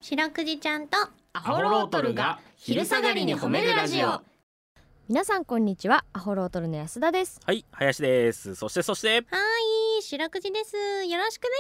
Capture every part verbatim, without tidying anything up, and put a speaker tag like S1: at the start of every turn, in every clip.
S1: 白くじちゃんと
S2: アホロートルが昼下がりに褒めるラジオ。
S3: 皆さんこんにちは。アホロートルの安田です。
S2: はい、林です。そしてそして
S1: はい、白くじです。よろしくです。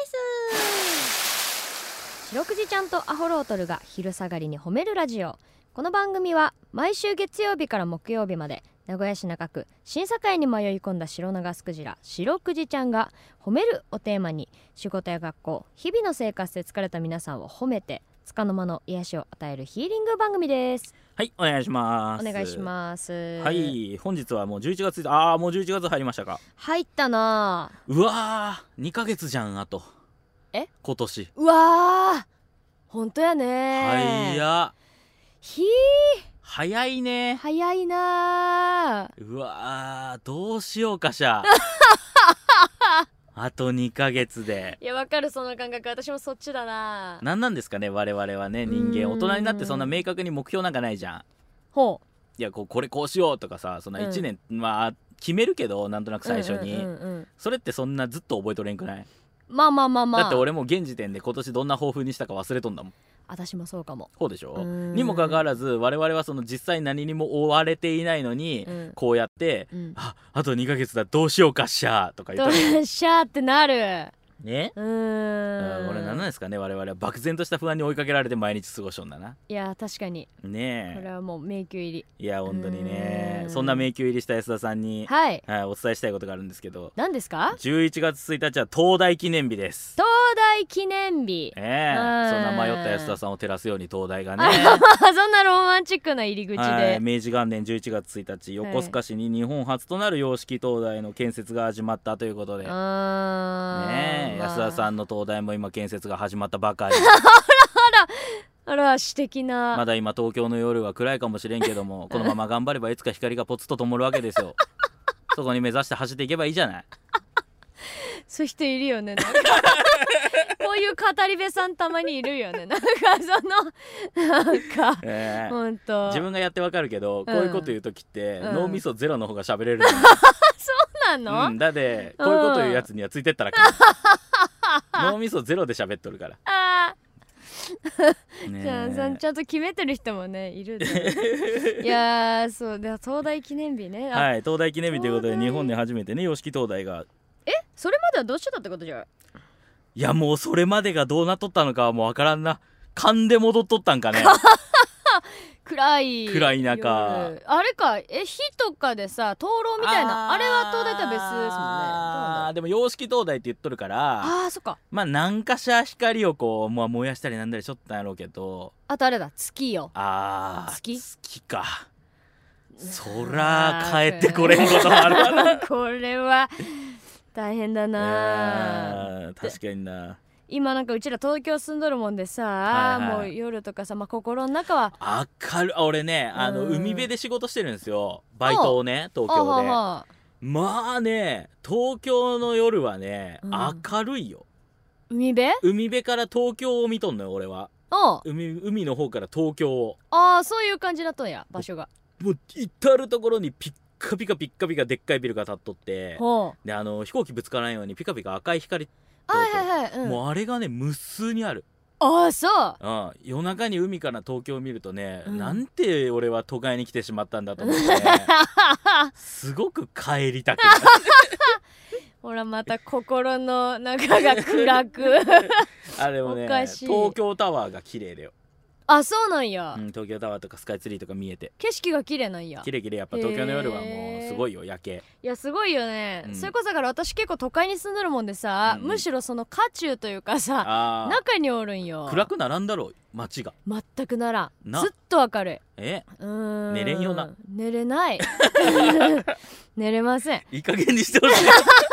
S3: 白くじちゃんとアホロートルが昼下がりに褒めるラジオ。この番組は毎週月曜日から木曜日まで名古屋市中区審査会に迷い込んだ白長スクジラ白くじちゃんが褒めるをテーマに仕事や学校日々の生活で疲れた皆さんを褒めて束の間の癒しを与えるヒーリング番組です。
S2: はい、お願いします。
S3: お願いします。
S2: はい、本日はもうじゅういちがつ、ああもうじゅういちがつ入りましたか。
S3: 入ったな。
S2: うわーにかげつじゃん。あと
S3: え
S2: 今年
S3: うわー本当やね。
S2: 早
S3: ひー
S2: 早いね。
S3: 早いな。
S2: うわーどうしようかしゃあとにかげつで。
S3: いやわかるその感覚。私もそっちだな。
S2: 何なんですかね我々はね。人間大人になってそんな明確に目標なんかないじゃん。
S3: ほう。
S2: いやこうこれこうしようとかさ、そんないちねん、うん、まあ決めるけどなんとなく最初に、うんうんうんうん、それってそんなずっと覚えとれんくない？
S3: まあまあまあまあ。
S2: だって俺も現時点で今年どんな抱負にしたか忘れとんだもん。
S3: 私もそうかも。
S2: そうでしょ。にもかかわらず我々はその実際何にも追われていないのに、うん、こうやって、うん、あ, あとにかげつだどうしようかしゃーとか言ったら
S3: どうしゃーってなる
S2: ね。うーんこれ何なんですかね。我々は漠然とした不安に追いかけられて毎日過ごしとんだな。
S3: いや確かにねえ。これはもう迷宮入り。
S2: いや本当にね。そんな迷宮入りした安田さんに、
S3: はい
S2: はい、お伝えしたいことがあるんですけど。
S3: 何ですか？
S2: じゅういちがつついたちは東大記念日です。
S3: 東大記念日。
S2: ええー、そんな迷った安田さんを照らすように東大がね
S3: そんなロマンチックな入り口で、はい、
S2: 明治元年じゅういちがつついたち横須賀市に日本初となる洋式東大の建設が始まったということで、
S3: あ
S2: ねえ、まあ、安田さんの東大も今建設が始まったばかり
S3: あらあらあら詩的な。
S2: まだ今東京の夜は暗いかもしれんけどもこのまま頑張ればいつか光がポツと灯るわけですよそこに目指して走っていけばいいじゃない
S3: そういう人いるよね。なんかこういう語り部さんたまにいるよね。なんかそのなんか、えー、ほんと
S2: 自分がやってわかるけど、うん、こういうこと言う時って、うん、脳みそゼロの方が喋れる
S3: そうなの、
S2: うん、だってこういうこと言うやつにはついてったらか脳みそゼロで喋っとるから
S3: あね、じゃあさんちゃんと決めてる人もねいるんだいやーそうで東大記念日ね。
S2: はい、東大記念日ということで日本で初めてね洋式東大が。
S3: えそれまではどうしてたってことじゃん。
S2: いやもうそれまでがどうなっとったのかはもうわからんな。勘で戻っとったんかね
S3: 暗い
S2: 暗い中
S3: あれかえ火とかでさ灯籠みたいな あ, あれは東大とは別ですもんね。
S2: あでも洋式東大って言っとるから
S3: あーそっか。ま
S2: あ何かしら光をこう、まあ、燃やしたりなんだりしとったんやろうけど。
S3: あとあれだ月よ。
S2: あー
S3: 月
S2: 月か。そら帰ってこれんこともあるわな
S3: これは大変だな。
S2: 確かにな。
S3: 今なんかうちら東京住んどるもんでさ、はいはい、もう夜とかさ、まあ、心の中は
S2: 明るい。俺ねあの海辺で仕事してるんですよバイトをね東京で。まあね東京の夜はね、うん、明るいよ。
S3: 海辺
S2: 海辺から東京を見とんのよ俺は。海, 海の方から東京を。
S3: ああそういう感じだったんや場所が。
S2: もう至る所にピッカピカピッカピカでっかいビルが建っとって、であの飛行機ぶつからないようにピカピカ赤い光
S3: はいはいはい、うん、
S2: もうあれがね無数にある。
S3: ああそう、
S2: うん、夜中に海から東京を見るとね、うん、なんて俺は都会に来てしまったんだと思ってねすごく帰りたくなる
S3: ほらまた心の中が暗く
S2: あでもね東京タワーが綺麗だよ。
S3: あそうなんや、
S2: うん、東京タワーとかスカイツリーとか見えて
S3: 景色が綺麗なんや。
S2: 綺麗綺麗。やっぱ東京の夜はもうすごいよ夜景。
S3: いやすごいよね、うん、それこそだから私結構都会に住んでるもんでさ、うん、むしろその渦中というかさ中におるんよ。
S2: 暗くならんだろう街が。
S3: 全くならん。ずっと明るい。
S2: えうーん寝れんよな。
S3: 寝れない寝れません。
S2: いい加減にしてほしい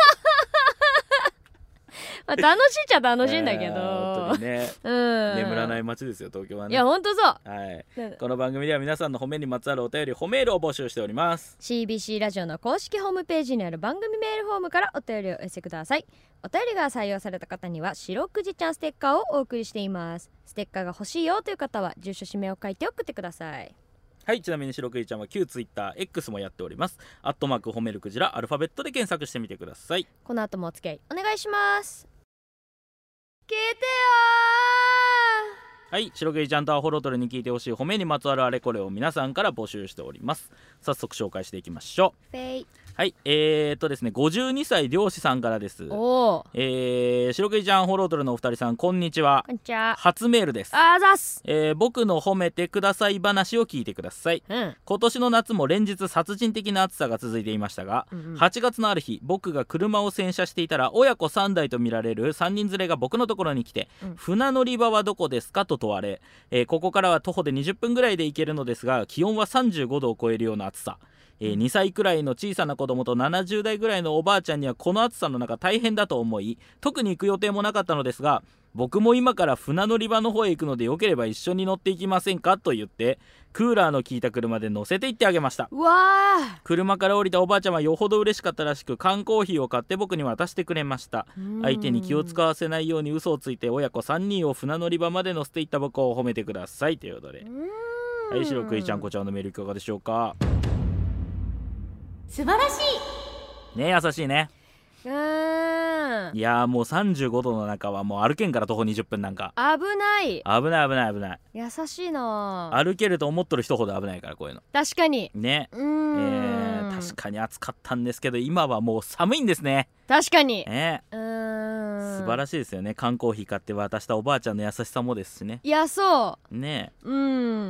S3: まあ、楽しいっちゃ楽しいんだけど、え
S2: ー、本当にね、うん、眠らない街ですよ東京はね。
S3: いやほんとそう、
S2: はい、この番組では皆さんの褒めにまつわるお便り褒めールを募集しております。
S3: シービーシー ラジオの公式ホームページにある番組メールフォームからお便りをお寄せください。お便りが採用された方には白くじちゃんステッカーをお送りしています。ステッカーが欲しいよという方は住所氏名を書いて送ってください。
S2: はい、ちなみに白くじちゃんは旧 TwitterX もやっております。アットマーク褒めるクジラアルファベットで検索してみてください。
S3: この後もお付き合いお願いします。聞いてよ
S2: はい、白くじちゃんとアホロトルに聞いてほしい褒めにまつわるあれこれを皆さんから募集しております。早速紹介していきましょう。
S3: フェイ。
S2: はい、えーっとですねごじゅうにさい漁師さんからです。
S3: おー、
S2: えー、白くじちゃん、アホロトルのお二人さん、こんにちは。
S3: こんにちは。
S2: 初メールです。
S3: あざっす。
S2: えー、僕の褒めてください話を聞いてください。
S3: うん、
S2: 今年の夏も連日殺人的な暑さが続いていましたが、
S3: うんうん、
S2: はちがつのある日、僕が車を洗車していたら親子さんだいとみられるさんにん連れが僕のところに来て、
S3: うん、
S2: 船乗り場はどこですかと問われ、えー、ここからは徒歩でにじゅっぷんぐらいで行けるのですが、気温はさんじゅうごどを超えるような暑さ、えー、にさいくらいの小さな子供とななじゅうだいぐらいのおばあちゃんにはこの暑さの中大変だと思い、特に行く予定もなかったのですが、僕も今から船乗り場の方へ行くのでよければ一緒に乗っていきませんかと言って、クーラーの効いた車で乗せて行ってあげました。
S3: うわー、
S2: 車から降りたおばあちゃんはよほど嬉しかったらしく、缶コーヒーを買って僕に渡してくれました。相手に気を使わせないように嘘をついて親子さんにんを船乗り場まで乗せていった僕を褒めてくださいということで、はい、白くいちゃん、こちらのメールいかがでしょうか。
S1: 素晴らしい
S2: ね、優しいね。
S3: うーん、
S2: いやーもうさんじゅうごどの中はもう歩けんから、徒歩にじゅっぷんなんか
S3: 危ない。
S2: 危ない危ない危ない。
S3: 優しいな。
S2: 歩けると思っとる人ほど危ないから、こういうの
S3: 確かに
S2: ね。
S3: うーん、
S2: えー、確かに暑かったんですけど、今はもう寒いんですね。
S3: 確かに、
S2: ね、
S3: うーん、
S2: 素晴らしいですよね。缶コーヒー買って渡したおばあちゃんの優しさもですしね。
S3: いや、そ
S2: ね
S3: う、うん、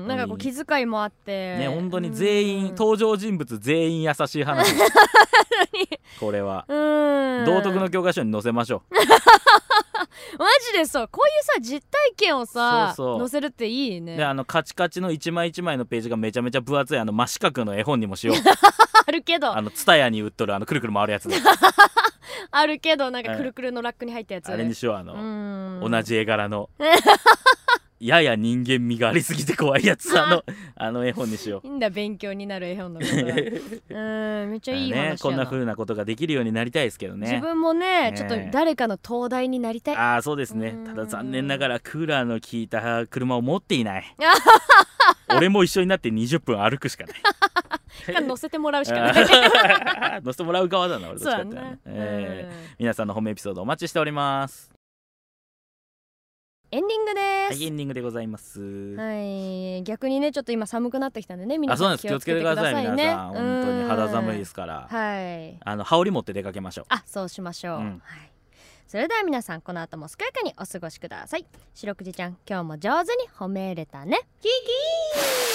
S3: なんかこう気遣いもあって
S2: ね、本当に全員、登場人物全員優しい話これは
S3: うん、
S2: 道徳の教科書に載せましょう
S3: マジでそう、こういうさ実体験をさ
S2: そうそう
S3: 載せるっていいね。
S2: で、あのカチカチの一枚一枚のページがめちゃめちゃ分厚いあの真四角の絵本にもしよう
S3: あるけど
S2: あのツタヤに売っとるあのくるくる回るやつで
S3: あるけど、なんかくるくるのラックに入ったやつ、
S2: あれにしよう。あの
S3: うん、
S2: 同じ絵柄のやや人間味がありすぎて怖いやつあのあの絵本にしよう。
S3: いいんだ、勉強になる絵本のことはうん、めっちゃいい話やな、
S2: ね、こんな風なことができるようになりたいですけどね。
S3: 自分もね、
S2: ね、
S3: ちょっと誰かの灯台になりたい。
S2: ああ、そうですね。ただ残念ながらクーラーの効いた車を持っていない俺も一緒になってにじゅっぷん歩くしかない
S3: か乗せてもらうしかない
S2: 乗せてもらう側だな、俺どっちかって、
S3: そうだね、
S2: えー、皆さんの褒めエピソードお待ちしております。
S3: エンディングです。
S2: はい、エンディングでございます。
S3: はい、逆にね、ちょっと今寒くなってきたんでね、皆
S2: あ、そうなんです。
S3: さん気をつけてくださいね。
S2: 気をつけてください、皆さん。本当に肌寒いですから、
S3: はい、
S2: あの羽織持って出かけましょう。
S3: あ、そうしましょう、うん、はい。それでは皆さん、この後も健やかにお過ごしください。白くじちゃん、今日も上手に褒めれたね。キキー。